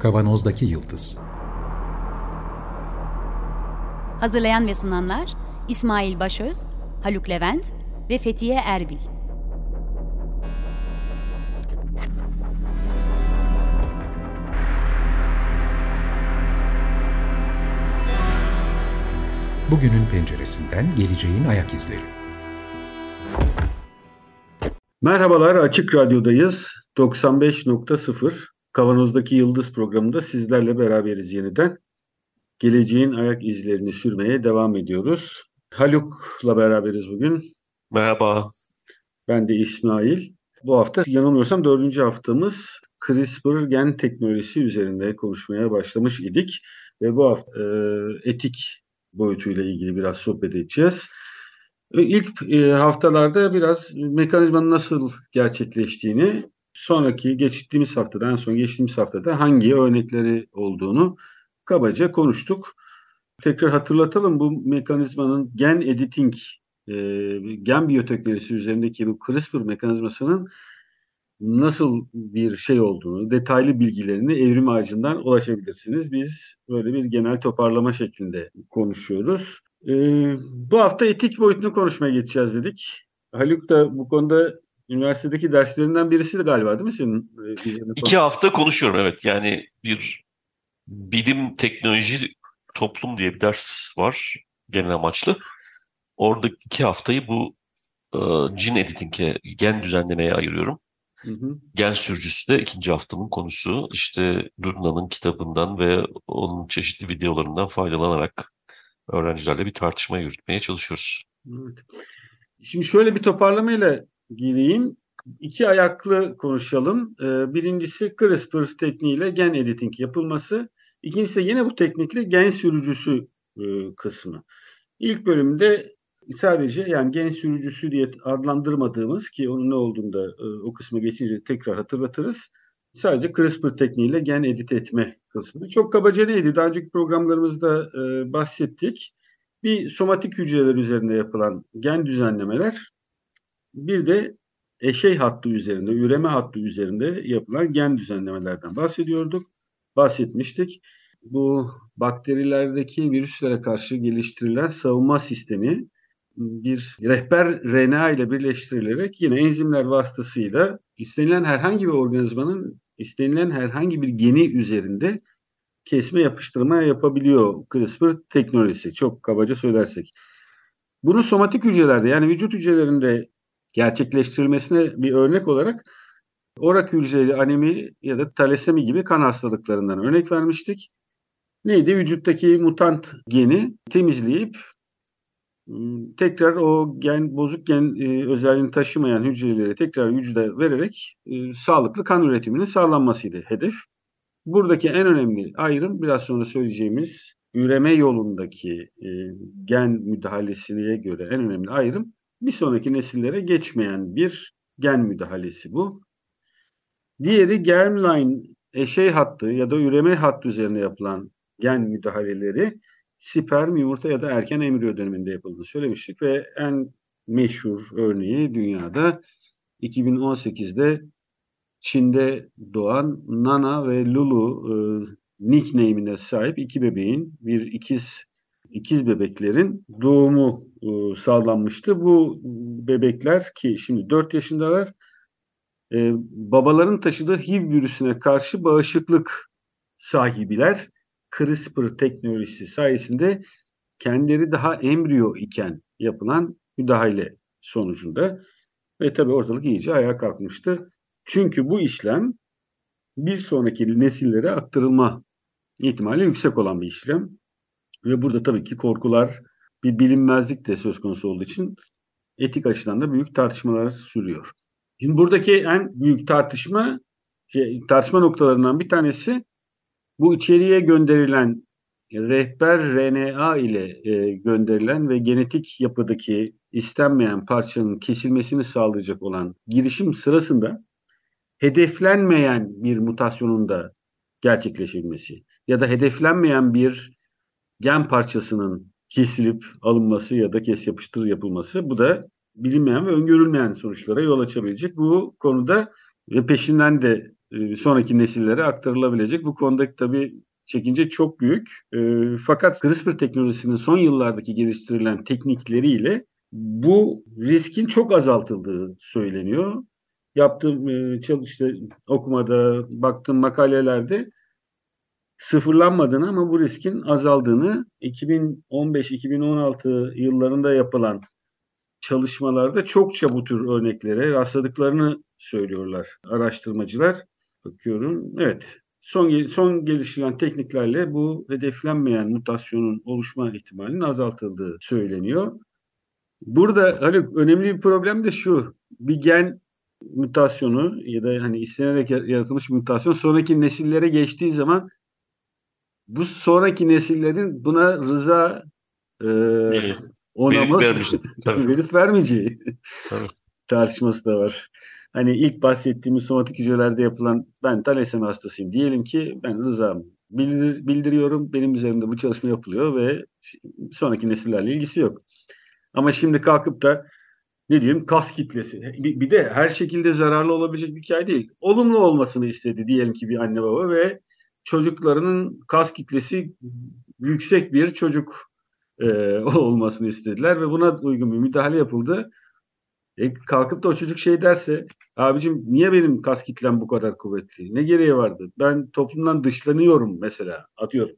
Kavanozdaki Yıldız. Hazırlayan ve sunanlar İsmail Başöz, Haluk Levent ve Fethiye Erbil. Bugünün penceresinden geleceğin ayak izleri. Merhabalar, Açık Radyo'dayız. 95.0 Kavanozdaki Yıldız programında sizlerle beraberiz yeniden. Geleceğin ayak izlerini sürmeye devam ediyoruz. Haluk'la beraberiz bugün. Merhaba. Ben de İsmail. Bu hafta yanılmıyorsam 4. haftamız CRISPR gen teknolojisi üzerinde konuşmaya başlamış idik. Ve bu hafta etik boyutuyla ilgili biraz sohbet edeceğiz. İlk haftalarda biraz mekanizmanın nasıl gerçekleştiğini, geçtiğimiz haftada hangi örnekleri olduğunu kabaca konuştuk. Tekrar hatırlatalım, bu mekanizmanın gen editing, gen biyoteknolojisi üzerindeki bu CRISPR mekanizmasının nasıl bir şey olduğunu, detaylı bilgilerini Evrim Ağacı'ndan ulaşabilirsiniz. Biz böyle bir genel toparlama şeklinde konuşuyoruz. Bu hafta etik boyutunu konuşmaya geçeceğiz dedik. Haluk da bu konuda üniversitedeki derslerinden birisi de galiba, değil mi senin? 2 hafta konuşuyorum, evet. Yani bir bilim, teknoloji, toplum diye bir ders var genel amaçlı. Orada 2 haftayı bu gene editing'e, gen düzenlemeye ayırıyorum. Hı. Gen sürücüsü de 2. haftamın konusu. İşte Lubna'nın kitabından ve onun çeşitli videolarından faydalanarak öğrencilerle bir tartışma yürütmeye çalışıyoruz. Evet. Şimdi şöyle bir toparlamayla gireyim. 2 ayaklı konuşalım. Birincisi CRISPR tekniğiyle gen editing yapılması. İkincisi yine bu teknikle gen sürücüsü kısmı. İlk bölümde sadece yani gen sürücüsü diye adlandırmadığımız, ki onun ne olduğunu da o kısma geçince tekrar hatırlatırız. Sadece CRISPR tekniğiyle gen edit etme kısmı. Çok kabaca neydi? Daha önceki programlarımızda bahsettik. Bir somatik hücreler üzerinde yapılan gen düzenlemeler, bir de eşey hattı üzerinde, üreme hattı üzerinde yapılan gen düzenlemelerden bahsetmiştik. Bu bakterilerdeki virüslere karşı geliştirilen savunma sistemi bir rehber RNA ile birleştirilerek yine enzimler vasıtasıyla istenilen herhangi bir organizmanın istenilen herhangi bir geni üzerinde kesme yapıştırma yapabiliyor CRISPR teknolojisi, çok kabaca söylersek. Bunu somatik hücrelerde, yani vücut hücrelerinde gerçekleştirilmesine bir örnek olarak orak hücreli anemi ya da talasemi gibi kan hastalıklarından örnek vermiştik. Neydi? Vücuttaki mutant geni temizleyip tekrar o bozuk gen özelliğini taşımayan hücrelere tekrar vücuda vererek sağlıklı kan üretiminin sağlanmasıydı hedef. Buradaki en önemli ayrım biraz sonra söyleyeceğimiz üreme yolundaki gen müdahalesine göre en önemli ayrım, bir sonraki nesillere geçmeyen bir gen müdahalesi bu. Diğeri germline eşey hattı ya da üreme hattı üzerine yapılan gen müdahaleleri sperm, yumurta ya da erken embriyo döneminde yapıldığını söylemiştik ve en meşhur örneği dünyada 2018'de Çin'de doğan Nana ve Lulu nickname'ine sahip 2 bebeğin, bir ikiz bebeklerin doğumu sağlanmıştı. Bu bebekler, ki şimdi 4 yaşındalar, babaların taşıdığı HIV virüsüne karşı bağışıklık sahibiler. CRISPR teknolojisi sayesinde kendileri daha embriyo iken yapılan müdahale sonucunda, ve tabii ortalık iyice ayağa kalkmıştı. Çünkü bu işlem bir sonraki nesillere aktarılma ihtimali yüksek olan bir işlem. Ve burada tabii ki korkular, bir bilinmezlik de söz konusu olduğu için etik açıdan da büyük tartışmalar sürüyor. Şimdi buradaki en büyük tartışma noktalarından bir tanesi, bu içeriye gönderilen rehber RNA ile gönderilen ve genetik yapıdaki istenmeyen parçanın kesilmesini sağlayacak olan girişim sırasında hedeflenmeyen bir mutasyonun da gerçekleşebilmesi ya da hedeflenmeyen bir gen parçasının kesilip alınması ya da kes yapıştır yapılması, bu da bilinmeyen ve öngörülmeyen sonuçlara yol açabilecek. Bu konuda ve peşinden de sonraki nesillere aktarılabilecek. Bu konuda tabii çekince çok büyük. Fakat CRISPR teknolojisinin son yıllardaki geliştirilen teknikleriyle bu riskin çok azaltıldığı söyleniyor. Yaptığım okumada, baktığım makalelerde sıfırlanmadığını ama bu riskin azaldığını 2015-2016 yıllarında yapılan çalışmalarda çokça bu tür örneklere rastladıklarını söylüyorlar araştırmacılar. Bakıyorum. Evet. Son geliştirilen tekniklerle bu hedeflenmeyen mutasyonun oluşma ihtimalinin azaltıldığı söyleniyor. Burada hani önemli bir problem de şu. Bir gen mutasyonu ya da hani istenerek yaratılmış bir mutasyon sonraki nesillere geçtiği zaman bu sonraki nesillerin buna rıza Evet. onama Tabii. verip vermeyeceği Tabii. tartışması da var. Hani ilk bahsettiğimiz somatik hücrelerde yapılan ben talasemi hastasıyım. Diyelim ki ben rızamı bildiriyorum. Benim üzerimde bu çalışma yapılıyor ve sonraki nesillerle ilgisi yok. Ama şimdi kalkıp da ne diyeyim kas kitlesi. Bir de her şekilde zararlı olabilecek bir hikaye değil. Olumlu olmasını istedi diyelim ki bir anne baba ve çocuklarının kas kitlesi yüksek bir çocuk olmasını istediler ve buna uygun bir müdahale yapıldı. Kalkıp da o çocuk şey derse, abicim niye benim kas kitlem bu kadar kuvvetli? Ne gereği vardı? Ben toplumdan dışlanıyorum mesela, atıyorum.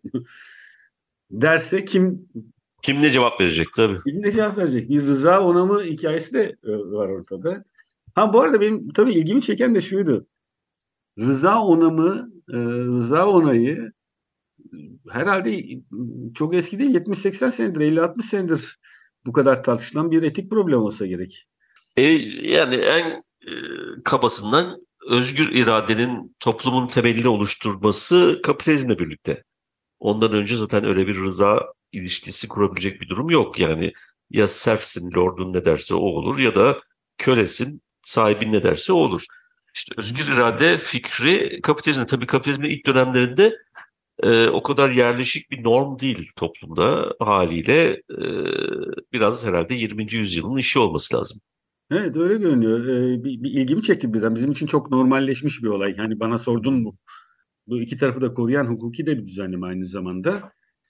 Derse kim ne cevap verecek tabii. ne cevap verecek? Bir rıza onamı hikayesi de var ortada. Ha bu arada benim tabii ilgimi çeken de şuydu. Rıza onamı, rıza onayı herhalde çok eski değil, 70-80 senedir, 50-60 senedir bu kadar tartışılan bir etik problem olsa gerek. Yani en kabasından özgür iradenin toplumun temelini oluşturması kapitalizmle birlikte. Ondan önce zaten öyle bir rıza ilişkisi kurabilecek bir durum yok. Yani ya serfsin, lordun ne derse o olur ya da kölesin, sahibin ne derse o olur. İşte özgür irade fikri kapitalizm. Tabii kapitalizmin ilk dönemlerinde o kadar yerleşik bir norm değil toplumda haliyle. Biraz herhalde 20. yüzyılın işi olması lazım. Evet öyle görünüyor. Bir ilgimi çekti birden. Bizim için çok normalleşmiş bir olay. Yani bana sordun mu? Bu iki tarafı da koruyan hukuki de bir düzenleme aynı zamanda.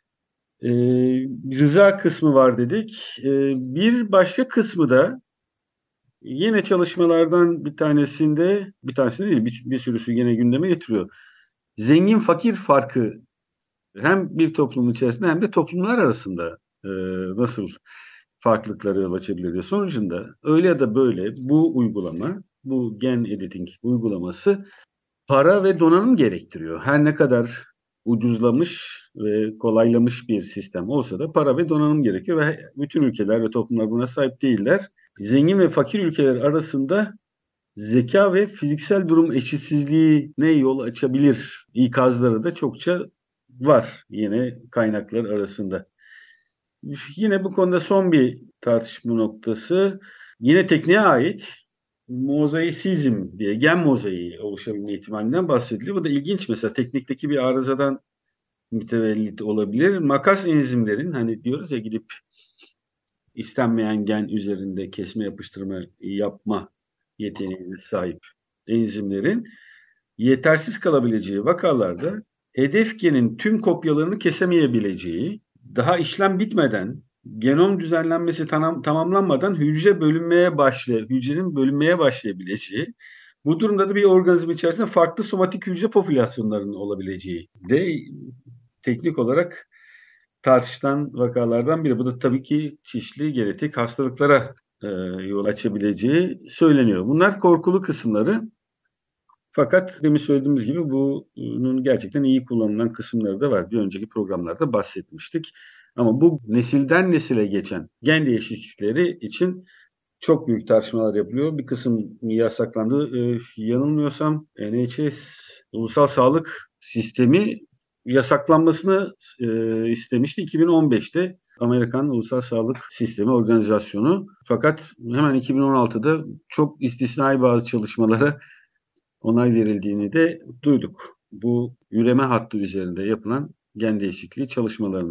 Rıza kısmı var dedik. Bir başka kısmı da yine çalışmalardan bir tanesinde değil bir sürüsü yine gündeme getiriyor. Zengin fakir farkı hem bir toplumun içerisinde hem de toplumlar arasında nasıl farklılıklara yol açabilir diye. Sonucunda öyle ya da böyle bu uygulama, bu gen editing uygulaması para ve donanım gerektiriyor. Her ne kadar ucuzlamış ve kolaylamış bir sistem olsa da para ve donanım gerekiyor ve bütün ülkeler ve toplumlar buna sahip değiller. Zengin ve fakir ülkeler arasında zeka ve fiziksel durum eşitsizliğine yol açabilir ikazları da çokça var yine kaynaklar arasında. Yine bu konuda son bir tartışma noktası yine tekniğe ait mozaisizm diye gen mozaiği oluşabilme ihtimalinden bahsediliyor. Bu da ilginç, mesela teknikteki bir arızadan mütevellit olabilir. Makas enzimlerin hani diyoruz ya gidip istenmeyen gen üzerinde kesme yapıştırma yapma yeteneğine sahip enzimlerin yetersiz kalabileceği vakalarda hedef genin tüm kopyalarını kesemeyebileceği, daha işlem bitmeden, genom düzenlenmesi tamamlanmadan hücrenin bölünmeye başlayabileceği, bu durumda da bir organizm içerisinde farklı somatik hücre popülasyonlarının olabileceği de teknik olarak tartışılan vakalardan biri. Bu da tabii ki çeşitli genetik hastalıklara yol açabileceği söyleniyor. Bunlar korkulu kısımları. Fakat demin söylediğimiz gibi bunun gerçekten iyi kullanılan kısımları da var. Bir önceki programlarda bahsetmiştik. Ama bu nesilden nesile geçen gen değişiklikleri için çok büyük tartışmalar yapılıyor. Bir kısım yasaklandı. Yanılmıyorsam NHS, Ulusal Sağlık Sistemi yasaklanmasını istemişti 2015'te. Amerikan Ulusal Sağlık Sistemi Organizasyonu. Fakat hemen 2016'da çok istisnai bazı çalışmalara onay verildiğini de duyduk. Bu üreme hattı üzerinde yapılan gen değişikliği çalışmalarına.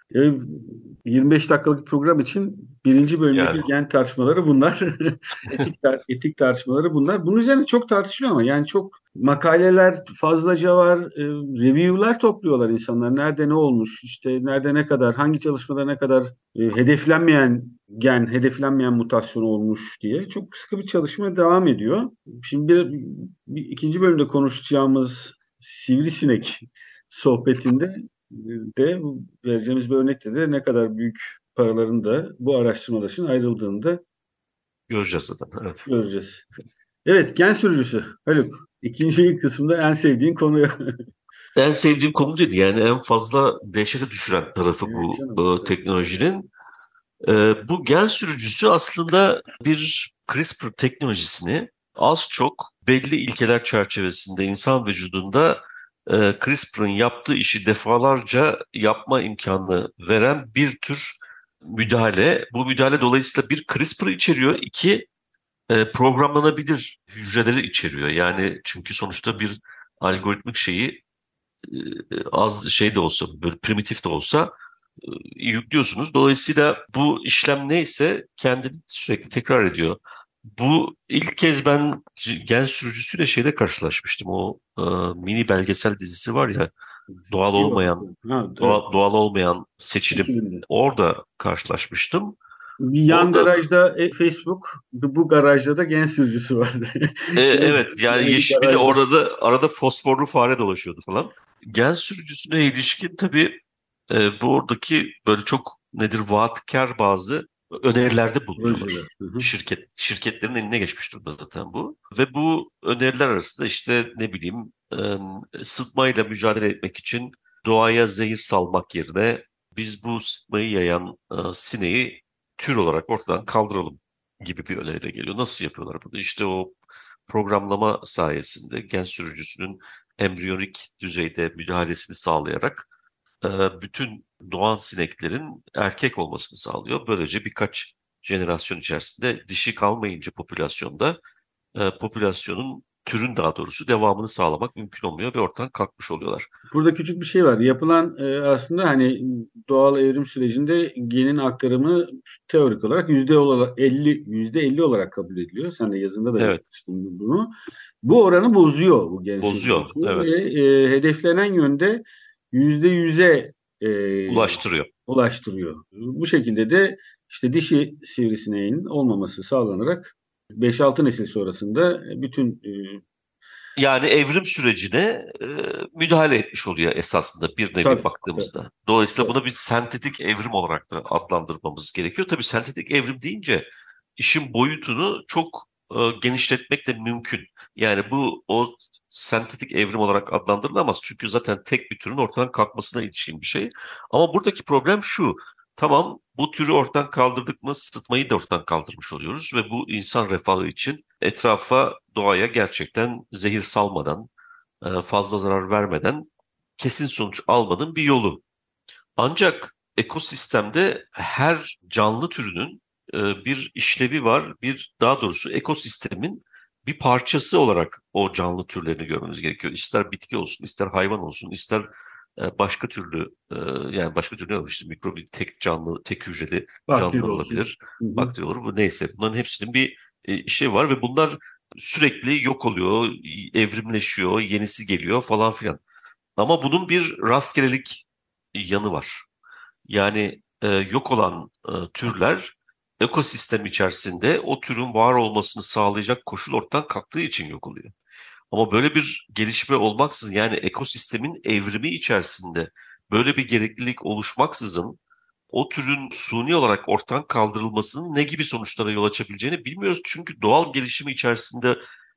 E, 25 dakikalık program için birinci bölümdeki Yani gen tartışmaları bunlar. Etik tartışmaları bunlar. Bunun üzerine çok tartışılıyor ama yani çok makaleler fazlaca var. Review'lar topluyorlar insanlar. Nerede ne olmuş, işte nerede ne kadar, hangi çalışmada ne kadar hedeflenmeyen gen, hedeflenmeyen mutasyon olmuş diye. Çok sıkı bir çalışma devam ediyor. Şimdi ikinci bölümde konuşacağımız sivrisinek sohbetinde de vereceğimiz bir örnekte de ne kadar büyük paraların da bu araştırmalar için ayrıldığını da göreceğiz zaten. Evet. göreceğiz. Evet, gen sürücüsü. Haluk, ikinci kısımda en sevdiğin konuyu. En sevdiğim konu değil. Yani en fazla dehşete düşüren tarafı Evet bu canım. teknolojinin. Bu gen sürücüsü aslında bir CRISPR teknolojisini az çok belli ilkeler çerçevesinde insan vücudunda CRISPR'ın yaptığı işi defalarca yapma imkanı veren bir tür müdahale. Bu müdahale dolayısıyla bir CRISPR içeriyor, iki programlanabilir hücreleri içeriyor. Yani çünkü sonuçta bir algoritmik şeyi az şey de olsa, böyle primitif de olsa yüklüyorsunuz. Dolayısıyla bu işlem neyse kendini sürekli tekrar ediyor. Bu ilk kez ben gen sürücüsüyle şeyde karşılaşmıştım. O mini belgesel dizisi var ya, doğal İyi olmayan bakın. Ha, evet. doğal olmayan seçilim. 2000'de. Orada karşılaşmıştım. Bir yan Orada garajda Facebook, bu garajda da gen sürücüsü vardı. evet, yani Yani bir yeşil, bir de garajda. orada da arada fosforlu fare dolaşıyordu falan. Gen sürücüsüne ilişkin tabii bu oradaki böyle çok nedir vaatkar bazı önerilerde bulunuyorlar. Projeler. Hı hı. Şirketlerin eline geçmiş durumda zaten bu. Ve bu öneriler arasında işte ne bileyim sıtmayla mücadele etmek için doğaya zehir salmak yerine biz bu sıtmayı yayan sineği tür olarak ortadan kaldıralım gibi bir öneriyle geliyor. Nasıl yapıyorlar bunu? İşte o programlama sayesinde gen sürücüsünün embriyonik düzeyde müdahalesini sağlayarak e, bütün doğan sineklerin erkek olmasını sağlıyor. Böylece birkaç jenerasyon içerisinde dişi kalmayınca popülasyonda popülasyonun türün daha doğrusu devamını sağlamak mümkün olmuyor ve ortadan kalkmış oluyorlar. Burada küçük bir şey var. Yapılan aslında hani doğal evrim sürecinde genin aktarımı teorik olarak %50 olarak kabul ediliyor. Sen de yazında da Evet, belirtmiştin bunu. Bu oranı bozuyor bu gen bozuyor, sürücüsü ve evet, hedeflenen yönde %100'e ulaştırıyor. ulaştırıyor. Bu şekilde de işte dişi sivrisineğin olmaması sağlanarak 5-6 nesil sonrasında bütün Yani evrim sürecine müdahale etmiş oluyor esasında bir nevi tabii, tabii, baktığımızda. Dolayısıyla tabii. bunu bir sentetik evrim olarak da adlandırmamız gerekiyor. Tabii sentetik evrim deyince işin boyutunu çok genişletmek de mümkün. Yani bu o sentetik evrim olarak adlandırılamaz. Çünkü zaten tek bir türün ortadan kalkmasına ilişkin bir şey. Ama buradaki problem şu. Tamam, bu türü ortadan kaldırdık mı sıtmayı da ortadan kaldırmış oluyoruz ve bu insan refahı için etrafa, doğaya gerçekten zehir salmadan, fazla zarar vermeden kesin sonuç almanın bir yolu. Ancak ekosistemde her canlı türünün bir işlevi var. Bir daha doğrusu ekosistemin bir parçası olarak o canlı türlerini görmemiz gerekiyor. İster bitki olsun, ister hayvan olsun, ister başka türlü yani başka türlü ne olur işte mikrobik tek canlı, tek hücreli Bakteri canlılar olsun. olabilir. Hı hı. Bakteri olur. Bu neyse. Bunların hepsinin bir işi var ve bunlar sürekli yok oluyor, evrimleşiyor, yenisi geliyor falan filan. Ama bunun bir rastgelelik yanı var. Yani yok olan türler ekosistem içerisinde o türün var olmasını sağlayacak koşul ortadan kalktığı için yok oluyor. Ama böyle bir gelişme olmaksızın yani ekosistemin evrimi içerisinde böyle bir gereklilik oluşmaksızın o türün suni olarak ortadan kaldırılmasının ne gibi sonuçlara yol açabileceğini bilmiyoruz. Çünkü doğal gelişimi içerisinde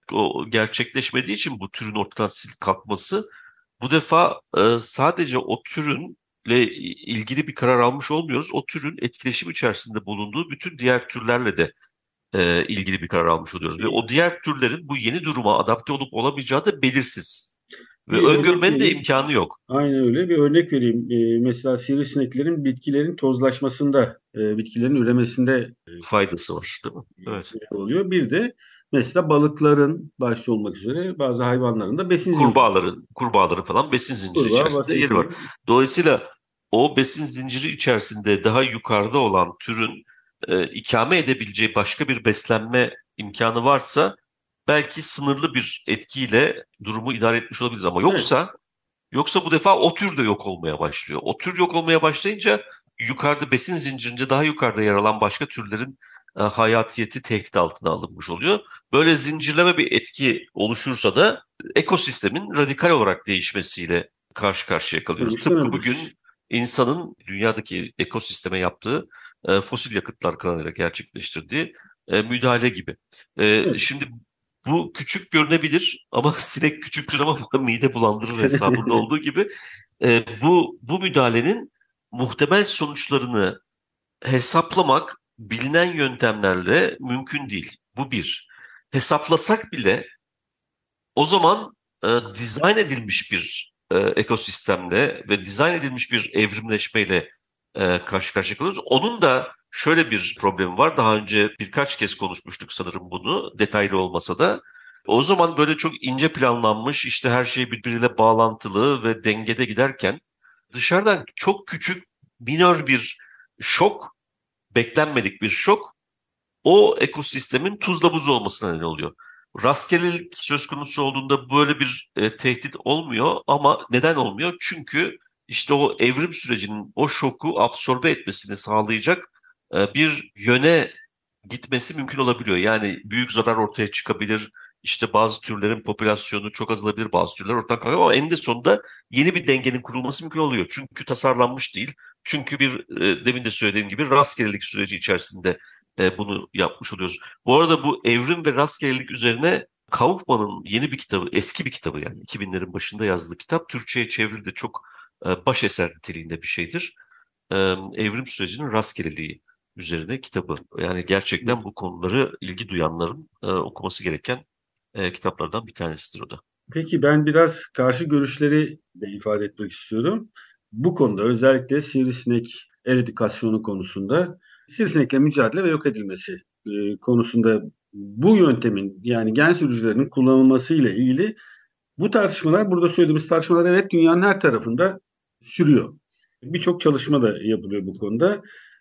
o gerçekleşmediği için bu türün ortadan kalkması bu defa sadece o türünle ilgili bir karar almış olmuyoruz. O türün etkileşim içerisinde bulunduğu bütün diğer türlerle de ilgili bir karar almış oluyoruz. Ve o diğer türlerin bu yeni duruma adapte olup olamayacağı da belirsiz. Ve Bir örnek öngörmenin de vereyim. imkanı yok. Aynen öyle. Bir örnek vereyim. Mesela sivrisineklerin bitkilerin tozlaşmasında, bitkilerin üremesinde Faydası var, değil mi? Evet. oluyor. Bir de mesela balıkların başta olmak üzere bazı hayvanların da besin zinciri. Kurbağaların falan besin zinciri Kurbağa, içerisinde besin yeri var. zinciri. Dolayısıyla o besin zinciri içerisinde daha yukarıda olan türün ikame edebileceği başka bir beslenme imkanı varsa belki sınırlı bir etkiyle durumu idare etmiş olabiliriz. Ama Evet. yoksa bu defa o tür de yok olmaya başlıyor. O tür yok olmaya başlayınca yukarıda besin zincirinde daha yukarıda yer alan başka türlerin hayatiyeti tehdit altına alınmış oluyor. Böyle zincirleme bir etki oluşursa da ekosistemin radikal olarak değişmesiyle karşı karşıya kalıyoruz. Tıpkı bugün Sonuçlanabilir. insanın dünyadaki ekosisteme yaptığı fosil yakıtlar kanalıyla gerçekleştirdiği müdahale gibi. Evet. Şimdi bu küçük görünebilir ama sinek küçüktür ama mide bulandırır hesabında olduğu gibi bu müdahalenin muhtemel sonuçlarını hesaplamak bilinen yöntemlerle mümkün değil. Bu bir. Hesaplasak bile o zaman dizayn edilmiş bir ekosistemle ve dizayn edilmiş bir evrimleşmeyle karşı karşıya kalıyoruz. Onun da şöyle bir problemi var. Daha önce birkaç kez konuşmuştuk sanırım bunu, detaylı olmasa da. O zaman böyle çok ince planlanmış, işte her şey birbiriyle bağlantılı ve dengede giderken dışarıdan çok küçük, minör bir şok, beklenmedik bir şok o ekosistemin tuzla buz olmasına neden oluyor. Rastgelelik söz konusu olduğunda böyle bir tehdit olmuyor ama neden olmuyor? Çünkü işte o evrim sürecinin o şoku absorbe etmesini sağlayacak bir yöne gitmesi mümkün olabiliyor. Yani büyük zarar ortaya çıkabilir. İşte bazı türlerin popülasyonu çok azalabilir, bazı türler ortadan kalkıyor ama eninde sonunda yeni bir dengenin kurulması mümkün oluyor. Çünkü tasarlanmış değil. Çünkü demin de söylediğim gibi rastgelelik süreci içerisinde bunu yapmış oluyoruz. Bu arada bu evrim ve rastgelelik üzerine Kaufman'ın yeni bir kitabı, eski bir kitabı yani 2000'lerin başında yazdığı kitap Türkçe'ye çevrildi. Çok baş eser niteliğinde bir şeydir. E, Evrim sürecinin rastgeleliği üzerine kitabı. Yani gerçekten bu konuları ilgi duyanların okuması gereken kitaplardan bir tanesidir o da. Peki ben biraz karşı görüşleri de ifade etmek istiyorum. Bu konuda özellikle sivrisinek eradikasyonu konusunda sivrisinekle mücadele ve yok edilmesi konusunda bu yöntemin yani gen sürücülerinin kullanılması ile ilgili bu tartışmalar, burada söylediğimiz tartışmalar evet dünyanın her tarafında sürüyor. Birçok çalışma da yapılıyor bu konuda.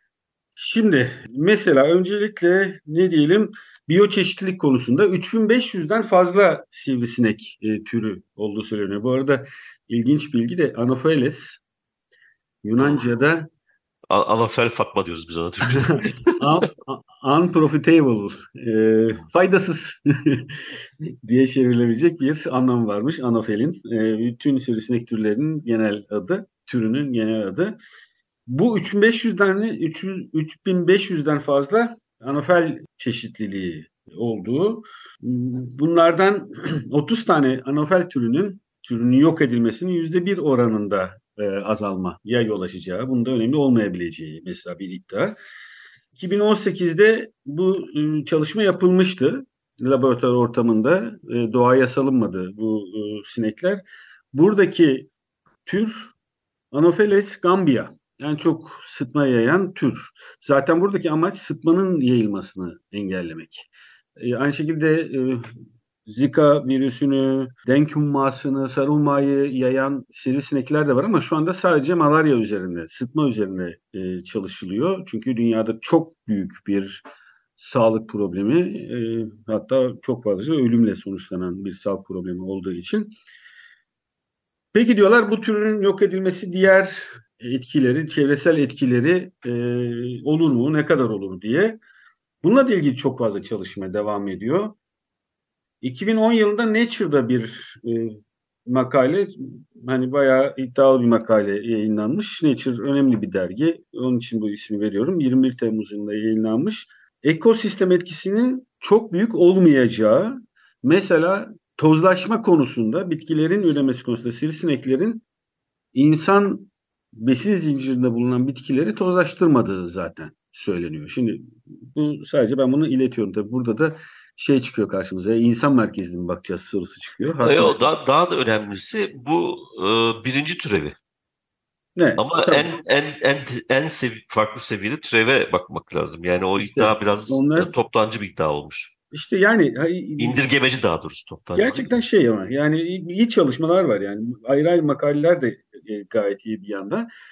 Şimdi mesela öncelikle ne diyelim biyoçeşitlilik konusunda 3500'den fazla sivrisinek türü olduğu söyleniyor. Bu arada ilginç bilgi de Anopheles Hmm. Yunanca'da Anafel Fatma diyoruz biz ona Türkçe'de. unprofitable, faydasız diye çevrilebilecek bir anlam varmış Anophel'in. Bütün sivrisinek türlerinin genel adı, türünün genel adı. Bu 3500'den fazla anofel çeşitliliği olduğu, bunlardan 30 tane anofel türünün yok edilmesinin %1 oranında azalmaya yol açacağı, bunda önemli olmayabileceği mesela bir iddia. 2018'de bu çalışma yapılmıştı. Laboratuvar ortamında doğaya salınmadı bu sinekler. Buradaki tür Anopheles gambia. Yani çok sıtma yayan tür. Zaten buradaki amaç sıtmanın yayılmasını engellemek. Aynı şekilde Zika virüsünü, denk hummasını, sarı hummayı yayan sivrisinekler de var ama şu anda sadece malarya üzerine, sıtma üzerine çalışılıyor. Çünkü dünyada çok büyük bir sağlık problemi, hatta çok fazla ölümle sonuçlanan bir sağlık problemi olduğu için. Peki diyorlar bu türün yok edilmesi diğer etkileri, çevresel etkileri olur mu, ne kadar olur diye. Bununla ilgili çok fazla çalışma devam ediyor. 2010 yılında Nature'da bir makale, hani bayağı iddialı bir makale yayınlanmış. Nature önemli bir dergi. Onun için bu ismi veriyorum. 21 Temmuz yılında yayınlanmış. Ekosistem etkisinin çok büyük olmayacağı, mesela tozlaşma konusunda, bitkilerin üremesi konusunda sivrisineklerin insan besin zincirinde bulunan bitkileri tozlaştırmadığı zaten söyleniyor. Şimdi bu sadece ben bunu iletiyorum. Tabii burada da şey çıkıyor karşımıza. İnsan merkezli mi bakacağız sorusu çıkıyor. Yo, Haklısın. daha da önemlisi bu birinci türevi. Ne? Ama Tabii. farklı seviyede türeve bakmak lazım. Yani o İşte iddia biraz onlar toptancı bir iddia olmuş. işte yani İndirgemeci daha doğrusu toptancı değil gerçekten mi? şey ama yani iyi çalışmalar var yani. Ayrı ayrı makaleler de gayet iyi bir yandan.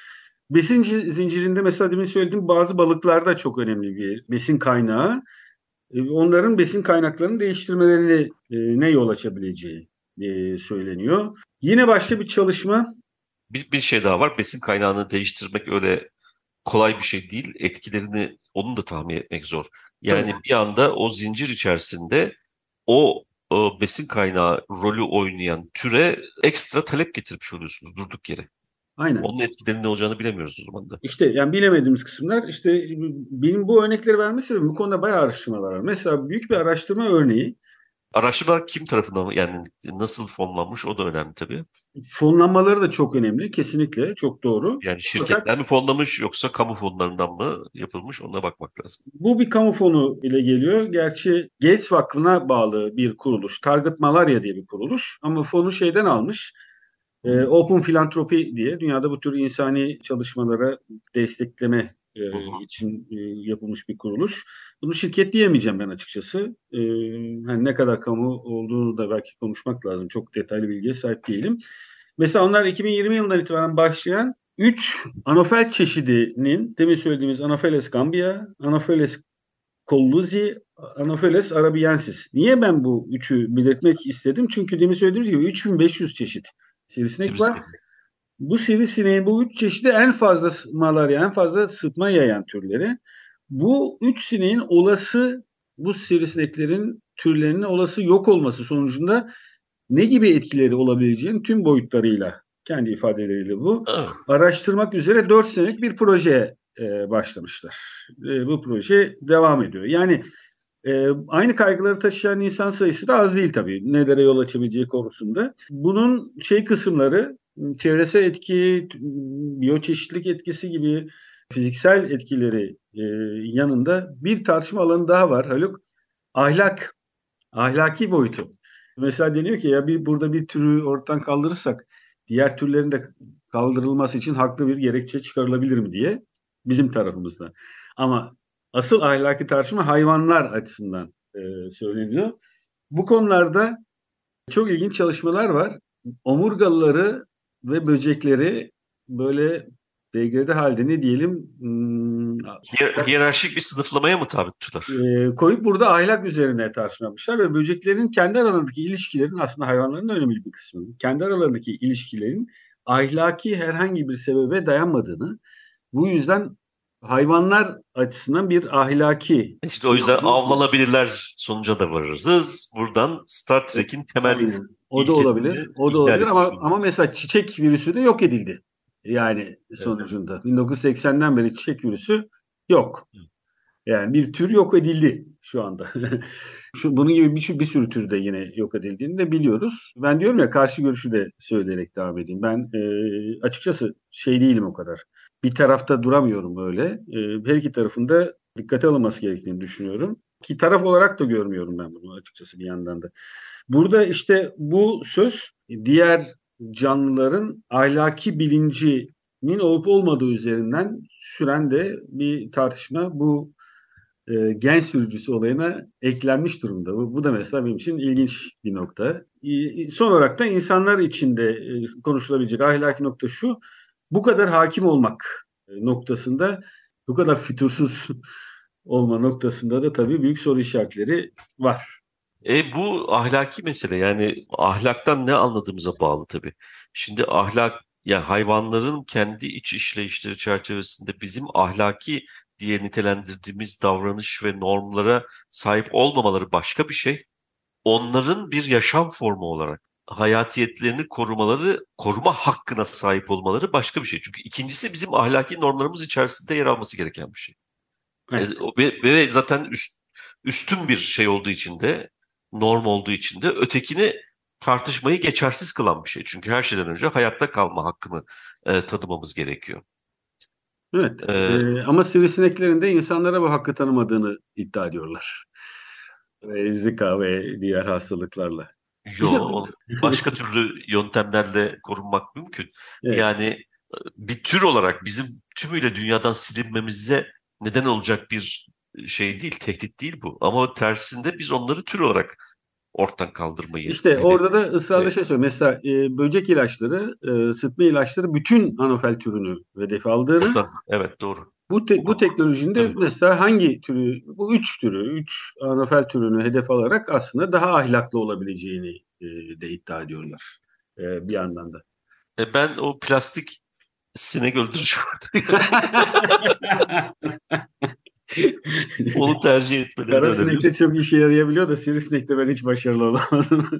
Besin zincirinde mesela demin söylediğim bazı balıklar da çok önemli bir besin kaynağı. Onların besin kaynaklarını değiştirmelerine ne yol açabileceği söyleniyor. Yine başka bir çalışma. Bir şey daha var. Besin kaynağını değiştirmek öyle kolay bir şey değil. Etkilerini onun da tahmin etmek zor. Tabii. Yani bir anda o zincir içerisinde o besin kaynağı rolü oynayan türe ekstra talep getirmiş oluyorsunuz durduk yere. Aynen. Onun etkilerinin ne olacağını bilemiyoruz o zaman da. İşte yani bilemediğimiz kısımlar işte benim bu örnekleri verme sebebim bu konuda bayağı araştırmalar var. Mesela büyük bir araştırma örneği Araştırmalar kim tarafından yani nasıl fonlanmış o da önemli tabii. fonlanmaları da çok önemli. Kesinlikle çok doğru. Yani Fakat şirketler mi fonlamış yoksa kamu fonlarından mı yapılmış ona bakmak lazım. bu bir kamu fonu ile geliyor. Gerçi Gates Vakfı'na bağlı bir kuruluş. Target Malaria diye bir kuruluş. Ama fonu şeyden almış. Open Philanthropy diye dünyada bu tür insani çalışmalara destekleme Hı hı. için yapılmış bir kuruluş. Bunu şirket diyemeyeceğim ben açıkçası. Hani ne kadar kamu olduğunu da belki konuşmak lazım. Çok detaylı bilgiye sahip değilim. Mesela onlar 2020 yılından itibaren başlayan 3 anofel çeşidinin demin söylediğimiz Anopheles gambia, Anopheles colluzi, Anopheles arabiensis. Niye ben bu üçü belirtmek istedim? Çünkü demin söylediğimiz gibi 3500 çeşit sivrisinek var. Sivrisinek. Bu sivrisineğin bu üç çeşidi en fazla malaria, en fazla sıtma yayan türleri. Bu üç sineğin olası, bu sivrisineklerin türlerinin olası yok olması sonucunda ne gibi etkileri olabileceğini tüm boyutlarıyla, kendi ifadeleriyle bu, Evet. araştırmak üzere 4 senelik bir projeye başlamışlar. Bu proje devam ediyor. Yani aynı kaygıları taşıyan insan sayısı da az değil tabii. Nelere yol açabileceği konusunda. Bunun kısımları çevresel etki, biyoçeşitlilik etkisi gibi fiziksel etkileri yanında bir tartışma alanı daha var Haluk. Ahlak, ahlaki boyutu. Mesela deniyor ki ya burada bir türü ortadan kaldırırsak diğer türlerin de kaldırılması için haklı bir gerekçe çıkarılabilir mi diye bizim tarafımızda. Ama asıl ahlaki tartışma hayvanlar açısından söyleniyor. Bu konularda çok ilginç çalışmalar var. Omurgalıları ve böcekleri böyle degrede halde ne diyelim Hiyerarşik bir sınıflamaya mı tabi tuttular? koyup burada ahlak üzerine tartışmışlar ve böceklerin kendi aralarındaki ilişkilerin aslında hayvanların da önemli bir kısmı. Kendi aralarındaki ilişkilerin ahlaki herhangi bir sebebe dayanmadığını, bu yüzden hayvanlar açısından bir ahlaki İşte o yüzden avlanabilirler sonuca da varırız. Buradan Star Trek'in temel aynen. O da olabilir. ilkesini O da ihlal olabilir etmiş ama oluyoruz. mesela çiçek virüsü de yok edildi. Yani Evet. sonucunda 1980'den beri çiçek virüsü yok. Yani bir tür yok edildi şu anda. Bunun gibi bir sürü tür de yine yok edildiğini de biliyoruz. Ben diyorum ya karşı görüşü de söyleyerek devam edeyim. Ben açıkçası şey değilim o kadar. Bir tarafta duramıyorum böyle. Her iki tarafında dikkate alınması gerektiğini düşünüyorum. Ki taraf olarak da görmüyorum ben bunu açıkçası bir yandan da. Burada işte bu söz diğer canlıların ahlaki bilincinin olup olmadığı üzerinden süren de bir tartışma. Bu gen sürücüsü olayına eklenmiş durumda. Bu da mesela benim için ilginç bir nokta. Son olarak da insanlar içinde konuşulabilecek ahlaki nokta şu. Bu kadar hakim olmak noktasında, bu kadar fütursuz olma noktasında da tabii büyük soru işaretleri var. Bu ahlaki mesele yani ahlaktan ne anladığımıza bağlı tabii. Şimdi ahlak yani hayvanların kendi iç işleyişleri çerçevesinde bizim ahlaki diye nitelendirdiğimiz davranış ve normlara sahip olmamaları başka bir şey. Onların bir yaşam formu olarak hayatiyetlerini korumaları, koruma hakkına sahip olmaları başka bir şey. Çünkü ikincisi bizim ahlaki normlarımız içerisinde yer alması gereken bir şey. Evet. Ve zaten üstün bir şey olduğu için de norm olduğu için de ötekini tartışmayı geçersiz kılan bir şey. Çünkü her şeyden önce hayatta kalma hakkını tadımamız gerekiyor. Evet. E, Ama sivrisineklerin de insanlara bu hakkı tanımadığını iddia ediyorlar. Zika ve diğer hastalıklarla. İşte, Başka türlü yöntemlerle korunmak mümkün. evet. Yani bir tür olarak bizim tümüyle dünyadan silinmemize neden olacak bir şey değil, tehdit değil bu. Ama tersinde biz onları tür olarak ortadan kaldırmayı İşte orada da hedefliyoruz. ısrarla şey söylüyor. Mesela böcek ilaçları, sıtma ilaçları bütün anofel türünü hedef aldığını, Evet, doğru. bu teknolojinin de Tabii. mesela hangi türü, bu üç anofel türünü hedef alarak aslında daha ahlaklı olabileceğini de iddia ediyorlar bir yandan da. Ben o plastik sinek öldürücü onu tercih etmelerini Karasinek'te öneriyoruz. çok işe yarayabiliyor da Sivrisinek'te ben hiç başarılı olamadım.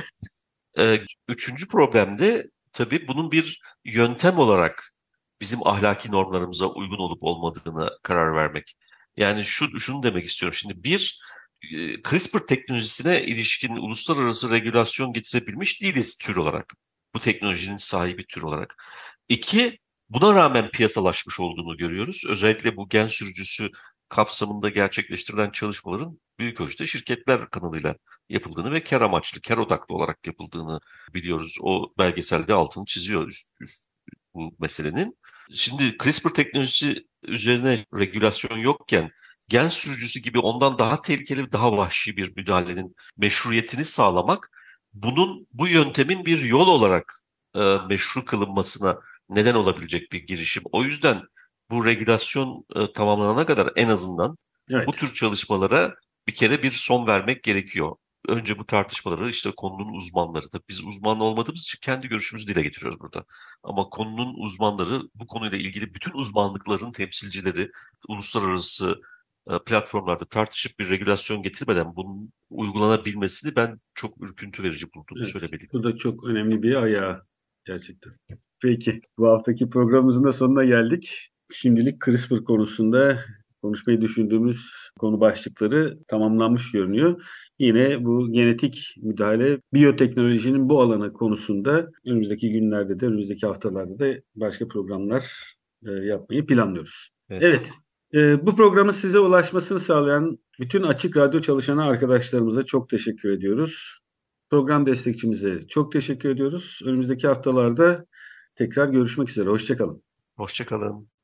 Üçüncü problem de tabii bunun bir yöntem olarak bizim ahlaki normlarımıza uygun olup olmadığına karar vermek. Yani şunu demek istiyorum. Şimdi CRISPR teknolojisine ilişkin uluslararası regülasyon getirebilmiş değiliz tür olarak. Bu teknolojinin sahibi tür olarak. İki, buna rağmen piyasalaşmış olduğunu görüyoruz. Özellikle bu gen sürücüsü kapsamında gerçekleştirilen çalışmaların büyük ölçüde şirketler kanalıyla yapıldığını ve kar amaçlı, kar odaklı olarak yapıldığını biliyoruz. O belgeselde altını çiziyor bu meselenin. Şimdi CRISPR teknolojisi üzerine regülasyon yokken gen sürücüsü gibi ondan daha tehlikeli, daha vahşi bir müdahalenin meşruiyetini sağlamak, bu yöntemin bir yol olarak meşru kılınmasına neden olabilecek bir girişim. O yüzden bu regülasyon tamamlanana kadar en azından bu Evet. tür çalışmalara bir kere bir son vermek gerekiyor. Önce bu tartışmaları işte konunun uzmanları da biz uzman olmadığımız için kendi görüşümüzü dile getiriyoruz burada. Ama konunun uzmanları bu konuyla ilgili bütün uzmanlıkların temsilcileri uluslararası platformlarda tartışıp bir regülasyon getirmeden bunun uygulanabilmesini ben çok ürküntü verici bulduğumu Evet. söylemeliyim. Bu da çok önemli bir ayağı gerçekten. Peki, bu haftaki programımızın da sonuna geldik. Şimdilik CRISPR konusunda konuşmayı düşündüğümüz konu başlıkları tamamlanmış görünüyor. Yine bu genetik müdahale, biyoteknolojinin bu alanı konusunda önümüzdeki günlerde de, önümüzdeki haftalarda da başka programlar yapmayı planlıyoruz. Evet. Evet, bu programın size ulaşmasını sağlayan bütün Açık Radyo çalışanı arkadaşlarımıza çok teşekkür ediyoruz. Program destekçimize çok teşekkür ediyoruz. Önümüzdeki haftalarda tekrar görüşmek üzere. Hoşça kalın. Hoşça kalın.